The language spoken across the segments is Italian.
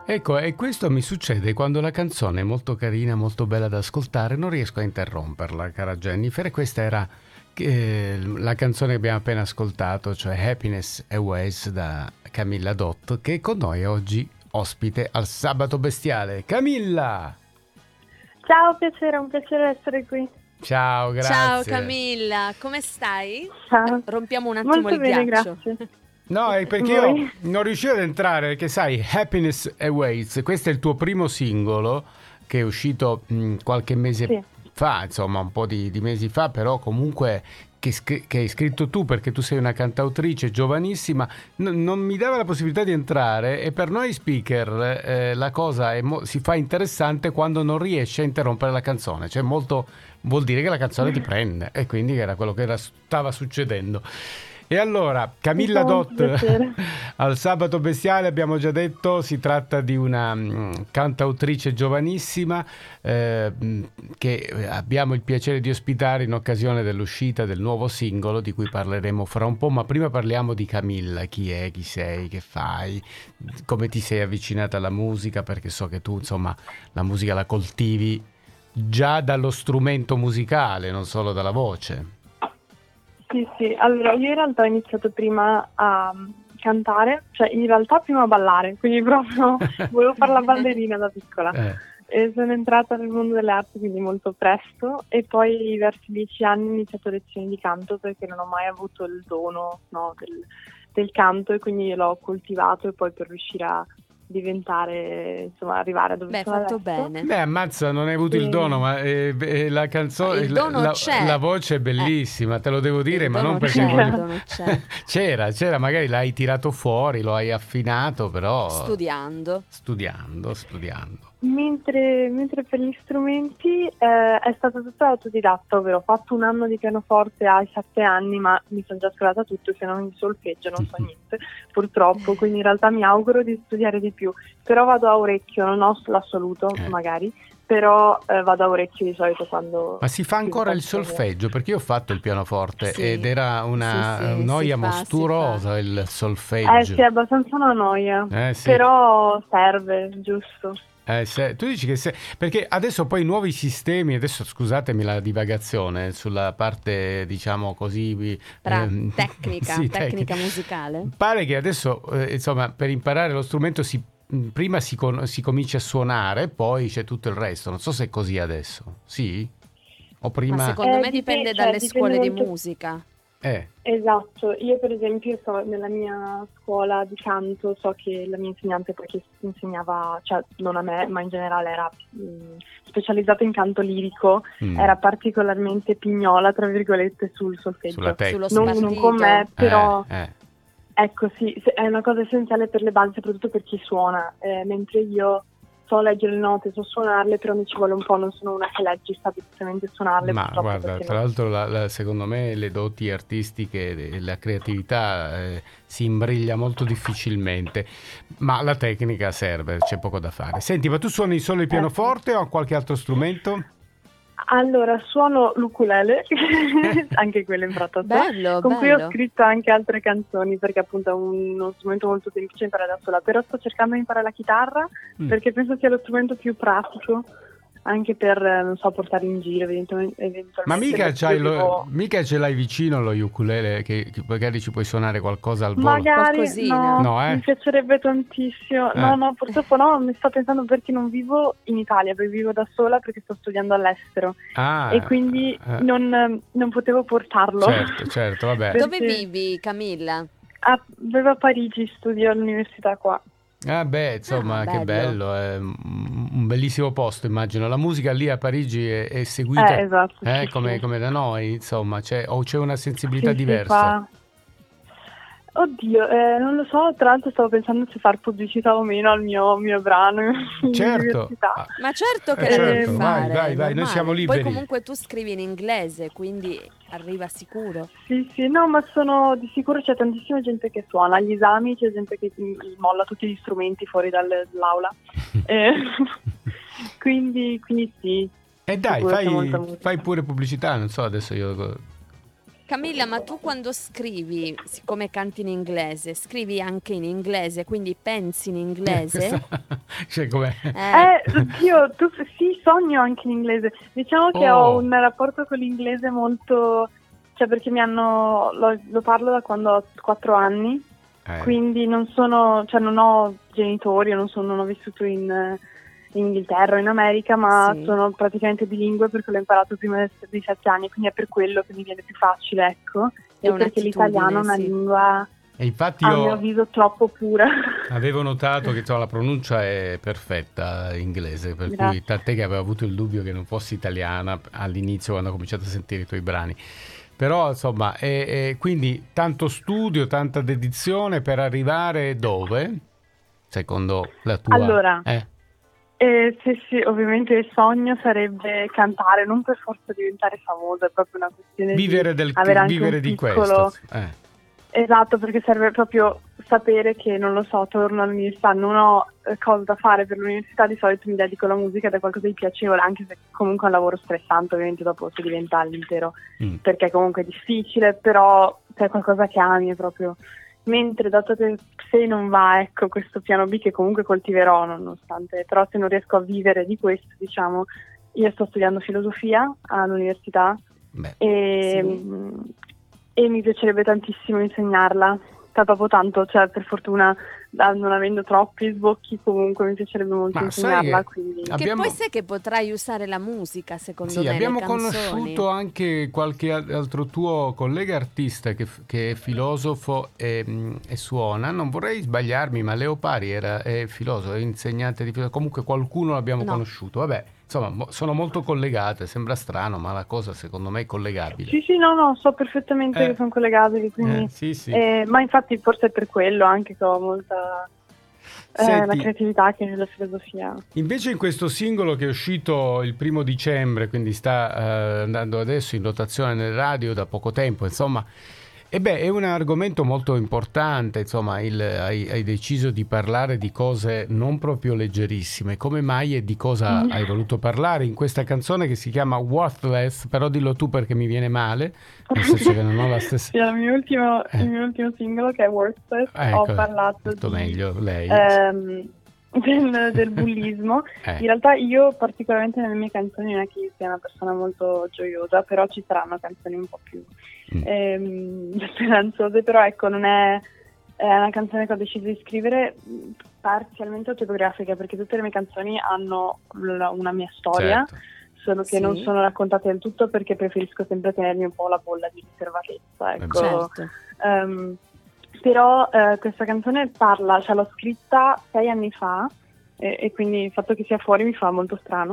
Ecco, e questo mi succede quando la canzone è molto carina, molto bella da ascoltare, non riesco a interromperla, cara Jennifer, e questa era la canzone che abbiamo appena ascoltato, cioè Happiness Aways da Camilla Dott, che è con noi oggi ospite al Sabato Bestiale. Camilla! Ciao, piacere, è un piacere essere qui. Ciao, grazie. Ciao Camilla, come stai? Ciao. Rompiamo un attimo Molto il bene, ghiaccio. grazie. No, è perché Voi? io non riuscivo ad entrare, perché sai, Happiness Awaits, questo è il tuo primo singolo che è uscito qualche mese fa, insomma un po' di mesi fa, però comunque che hai scritto tu, perché tu sei una cantautrice giovanissima, non mi dava la possibilità di entrare, e per noi speaker la cosa si fa interessante quando non riesci a interrompere la canzone, cioè vuol dire che la canzone ti prende, e quindi era quello che stava succedendo. E allora, Camilla Dott al Sabato Bestiale, abbiamo già detto, si tratta di una cantautrice giovanissima che abbiamo il piacere di ospitare in occasione dell'uscita del nuovo singolo, di cui parleremo fra un po', ma prima parliamo di Camilla. Chi è, chi sei, che fai, come ti sei avvicinata alla musica, perché so che tu, insomma, la musica la coltivi già dallo strumento musicale, non solo dalla voce. Sì, allora io in realtà ho iniziato prima a cantare, cioè in realtà prima a ballare, quindi proprio volevo fare la ballerina da piccola. E sono entrata nel mondo delle arti quindi molto presto, e poi verso 10 anni ho iniziato lezioni di canto, perché non ho mai avuto il dono, no, del canto, e quindi l'ho coltivato, e poi per riuscire a diventare, insomma, arrivare a dove sono fatto adesso. bene. Beh, ammazza, non hai avuto il dono, ma la canzone, il dono c'è. La voce è bellissima, te lo devo dire, il ma non perché c'era, magari l'hai tirato fuori, lo hai affinato, però studiando. Mentre per gli strumenti è stato tutto autodidatta, ovvero ho fatto un anno di pianoforte ai 7 anni, ma mi sono già scordata tutto, se non il solfeggio non so niente, purtroppo, quindi in realtà mi auguro di studiare di più, però vado a orecchio, non ho l'assoluto magari, però vado a orecchio di solito quando... Ma si fa ancora il solfeggio? Perché io ho fatto il pianoforte ed era una noia mostruosa il solfeggio. Sì, è abbastanza una noia, però serve, giusto. Tu dici che perché adesso poi i nuovi sistemi, adesso scusatemi la divagazione sulla parte, diciamo così, tecnica musicale. Pare che adesso insomma, per imparare lo strumento prima si comincia a suonare, poi c'è tutto il resto. Non so se è così adesso. Sì? O prima? Ma secondo me dipende dalle scuole di musica. Esatto, io per esempio nella mia scuola di canto so che la mia insegnante poi che insegnava, cioè non a me ma in generale era specializzata in canto lirico, era particolarmente pignola tra virgolette sul solfeggio, non con me, però ecco sì, è una cosa essenziale per le basi, soprattutto per chi suona, mentre io so leggere le note, so suonarle, però mi ci vuole un po', non sono una che legge, sa direttamente suonarle. Ma guarda, tra l'altro secondo me le doti artistiche e la creatività si imbriglia molto difficilmente, ma la tecnica serve, c'è poco da fare. Senti, ma tu suoni solo il pianoforte o qualche altro strumento? Allora, suono l'ukulele, anche quello imparato con cui ho scritto anche altre canzoni, perché appunto è uno strumento molto semplice imparare da sola, però sto cercando di imparare la chitarra, perché penso sia lo strumento più pratico, anche per, non so, portare in giro eventualmente. Ma mica ce l'hai vicino lo ukulele, che magari ci puoi suonare qualcosa al volo? Magari, no, mi piacerebbe tantissimo. No, purtroppo no, mi sto pensando perché non vivo in Italia, perché vivo da sola perché sto studiando all'estero. E quindi non potevo portarlo. Certo, vabbè. Dove vivi, Camilla? Vivo a Parigi, studio all'università qua. Insomma, che bello, è un bellissimo posto, immagino. La musica lì a Parigi è seguita esatto, come da noi, insomma, c'è una sensibilità diversa. Oddio, non lo so, tra l'altro stavo pensando se far pubblicità o meno al mio brano certo. Ma certo che la devi fare. Vai, noi siamo liberi. Poi comunque tu scrivi in inglese, quindi arriva sicuro. Sì, no, ma sono di sicuro, c'è tantissima gente che suona. Agli esami c'è gente che molla tutti gli strumenti fuori dall'aula. Quindi sì. Dai, fai pure pubblicità, non so, adesso io... Camilla, ma tu quando scrivi, siccome canti in inglese, scrivi anche in inglese, quindi pensi in inglese? Cioè, com'è? Io sì, sogno anche in inglese. Diciamo che ho un rapporto con l'inglese molto... Cioè, perché lo parlo da quando ho 4 anni, quindi non ho genitori, non ho vissuto in Inghilterra o in America, ma sono praticamente bilingue perché l'ho imparato prima dei 7 anni, quindi è per quello che mi viene più facile, ecco. E perché l'italiano è una lingua, e infatti a mio avviso, troppo pura. Avevo notato che la pronuncia è perfetta in inglese, per cui tant'è che avevo avuto il dubbio che non fossi italiana all'inizio quando ho cominciato a sentire i tuoi brani. Però insomma, quindi tanto studio, tanta dedizione per arrivare dove? Secondo la tua... Allora, sì, ovviamente il sogno sarebbe cantare, non per forza diventare famosa, è proprio una questione vivere di questo. Esatto, perché serve proprio sapere che, non lo so, torno all'università, non ho cose da fare per l'università, di solito mi dedico alla musica ed è qualcosa di piacevole, anche se comunque è un lavoro stressante, ovviamente dopo si diventa all'intero, perché comunque è difficile, però c'è qualcosa che ami proprio. Mentre dato che se non va, ecco, questo piano B che comunque coltiverò nonostante, però se non riesco a vivere di questo, diciamo, io sto studiando filosofia all'università e mi piacerebbe tantissimo insegnarla, proprio tanto, cioè per fortuna non avendo troppi sbocchi comunque mi piacerebbe molto insegnarla. Quindi... Che poi sai che potrai usare la musica, secondo me, abbiamo le canzoni. conosciuto anche qualche altro tuo collega artista che è filosofo e suona, non vorrei sbagliarmi, ma Leo Pari è filosofo, è insegnante di filosofia, comunque qualcuno l'abbiamo conosciuto, vabbè. Insomma, sono molto collegate, sembra strano, ma la cosa secondo me è collegabile. Sì, no, so perfettamente che sono collegabili, quindi, sì. ma infatti forse è per quello anche che ho molta la creatività che nella filosofia. Invece in questo singolo che è uscito il 1° dicembre, quindi sta andando adesso in rotazione nel radio da poco tempo, insomma, è un argomento molto importante, insomma, hai deciso di parlare di cose non proprio leggerissime. Come mai e di cosa hai voluto parlare in questa canzone che si chiama Worthless? Però dillo tu perché mi viene male, nel senso che non ho la stessa... Sì, il mio ultimo singolo che è Worthless, ho parlato meglio lei. Del bullismo. In realtà io particolarmente nelle mie canzoni non è che io sia una persona molto gioiosa, però ci saranno canzoni un po' più speranzose, però ecco, non è una canzone che ho deciso di scrivere parzialmente autobiografica, perché tutte le mie canzoni hanno una mia storia, solo che non sono raccontate del tutto perché preferisco sempre tenermi un po' la bolla di riservatezza, ecco. Però questa canzone l'ho scritta 6 anni fa e quindi il fatto che sia fuori mi fa molto strano.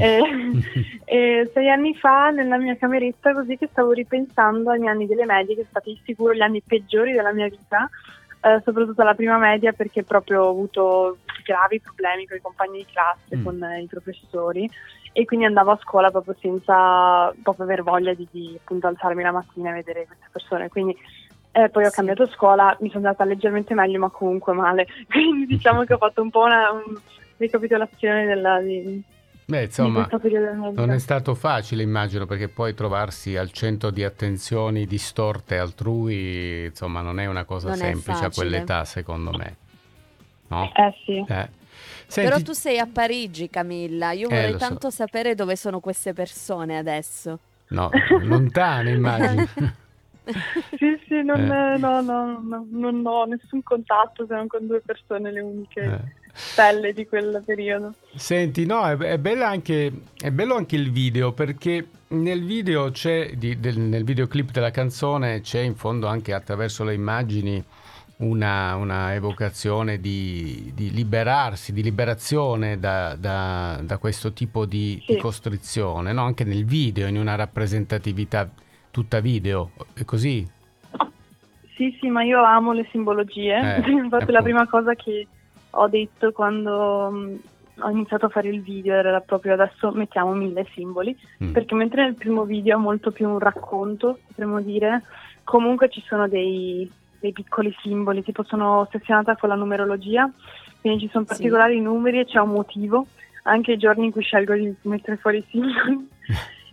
E 6 anni fa nella mia cameretta, così che stavo ripensando ai miei anni delle medie, che sono stati sicuro gli anni peggiori della mia vita, soprattutto la prima media, perché proprio ho avuto gravi problemi con i compagni di classe, con i professori, e quindi andavo a scuola proprio senza aver voglia di appunto alzarmi la mattina e vedere queste persone, quindi poi ho cambiato scuola, mi sono andata leggermente meglio ma comunque male, quindi diciamo che ho fatto un po' una ricapitolazione di questo periodo della mia vita. Non è stato facile, immagino, perché poi trovarsi al centro di attenzioni distorte altrui, insomma, non è una cosa semplice a quell'età, secondo me. No? Sì. Senti, però tu sei a Parigi, Camilla, io vorrei tanto sapere dove sono queste persone adesso. No, lontane, immagino. Sì, non ho nessun contatto se non con 2 persone, le uniche stelle di quel periodo. Senti, no, è bello anche il video, perché nel video nel videoclip della canzone c'è in fondo anche attraverso le immagini una evocazione di liberarsi, di liberazione da questo tipo di costrizione, no? Anche nel video, in una rappresentatività tutta video, è così? Sì, ma io amo le simbologie, infatti la prima cosa che ho detto quando ho iniziato a fare il video era proprio adesso mettiamo 1000 simboli, perché mentre nel primo video è molto più un racconto, potremmo dire, comunque ci sono dei piccoli simboli, tipo sono ossessionata con la numerologia, quindi ci sono particolari numeri e c'è un motivo, anche i giorni in cui scelgo di mettere fuori i simboli.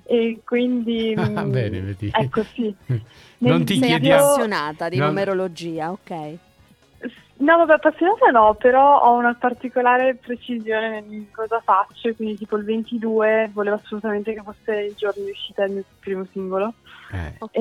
E quindi bene, vedi. ecco, sì. Non ti Sei chiediamo... appassionata di No. numerologia, ok. No, vabbè, appassionata no, però ho una particolare precisione in cosa faccio, quindi tipo il 22 volevo assolutamente che fosse il giorno di uscita del mio primo singolo. Ok.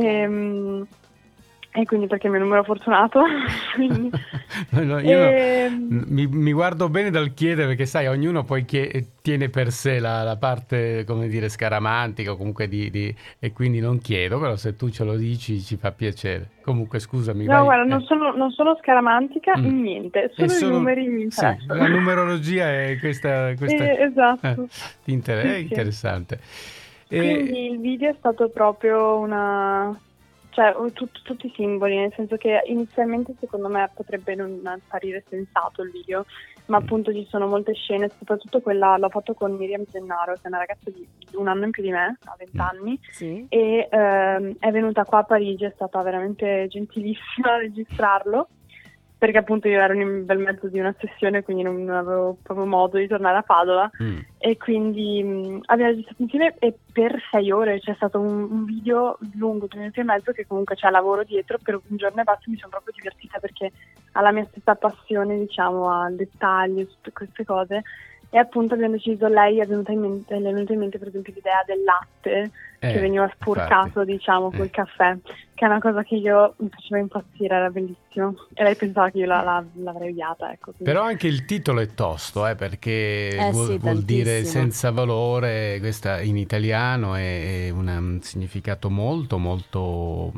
E quindi perché è il mio numero fortunato. Quindi, No, io mi guardo bene dal chiedere, perché sai, ognuno poi tiene per sé la parte, come dire, scaramantica o comunque e quindi non chiedo, però se tu ce lo dici ci fa piacere. Comunque scusami, no, vai. guarda, non sono scaramantica in niente, È solo i numeri mi sì, interessano. la numerologia è questa Esatto. è Sì. interessante. Quindi il video è stato proprio cioè tutti i simboli, nel senso che inizialmente secondo me potrebbe non apparire sensato il video, ma appunto ci sono molte scene, soprattutto quella l'ho fatto con Miriam Gennaro, che è una ragazza di un anno in più di me, ha 20 anni, Sì. e è venuta qua a Parigi, è stata veramente gentilissima a registrarlo, perché appunto io ero nel bel mezzo di una sessione, quindi non avevo proprio modo di tornare a Padova, e quindi abbiamo registrato insieme e per 6 ore c'è stato un video lungo, 2 minuti e mezzo, che comunque c'è lavoro dietro, per un giorno e basta mi sono proprio divertita perché ha la mia stessa passione, diciamo, al dettaglio, tutte queste cose. E appunto abbiamo deciso, lei le è venuta in mente per esempio l'idea del latte che veniva spurcato, infatti, diciamo, col caffè, che è una cosa che io mi faceva impazzire, era bellissimo, e lei pensava che io l'avrei odiata, ecco. Quindi. Però anche il titolo è tosto, perché sì, vuol dire tantissimo. senza valore, questa in italiano è un significato molto molto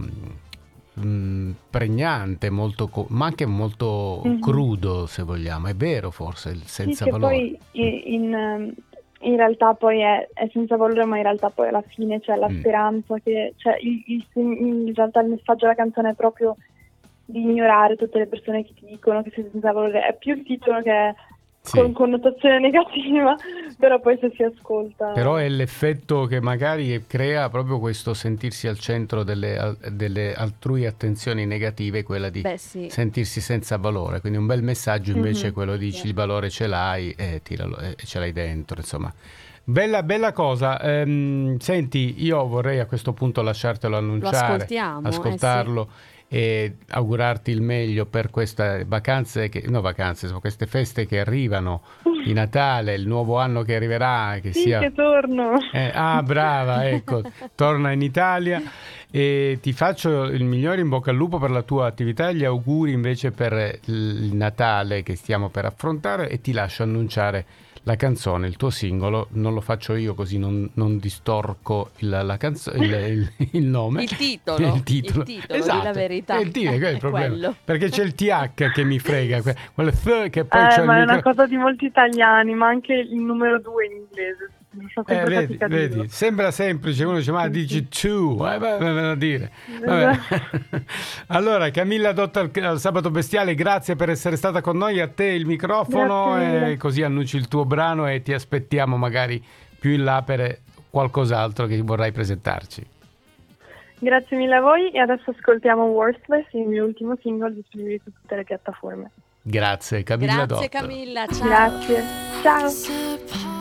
pregnante, ma anche molto crudo, se vogliamo. È vero, forse il senza sì, valore. Che poi in realtà poi è senza valore, ma in realtà poi alla fine c'è la speranza che, cioè, in realtà il messaggio della canzone è proprio di ignorare tutte le persone che ti dicono che sei senza valore. È più il titolo che è con connotazione negativa, però poi se si ascolta. Però è l'effetto che magari crea proprio questo sentirsi al centro delle altrui attenzioni negative, quella di sentirsi senza valore. Quindi un bel messaggio invece quello dici il valore ce l'hai e ce l'hai dentro, insomma. Bella cosa. Senti, io vorrei a questo punto lasciartelo annunciare, ascoltarlo. E augurarti il meglio per queste queste feste che arrivano, di Natale, il nuovo anno che arriverà, che torno. Brava, ecco, torna in Italia, e ti faccio il migliore in bocca al lupo per la tua attività, gli auguri invece per il Natale che stiamo per affrontare, e ti lascio annunciare la canzone, il tuo singolo. Non lo faccio io, così non distorco la canzone, il nome, il titolo, esatto, di la verità, il titolo, è il problema, quello. perché c'è il TH che mi frega, quel che poi c'è ma è una cosa di molti italiani, ma anche il numero 2 in inglese. Vedi, sembra semplice, uno dice ma dici tu, a dire. Allora, Camilla Dotta al Sabato Bestiale, grazie per essere stata con noi, a te il microfono, e così annunci il tuo brano e ti aspettiamo magari più in là per qualcos'altro che vorrai presentarci. Grazie mille a voi, e adesso ascoltiamo Worthless, il mio ultimo singolo disponibile su tutte le piattaforme. Grazie Camilla Dotta. Grazie Camilla, ciao. Grazie, ciao.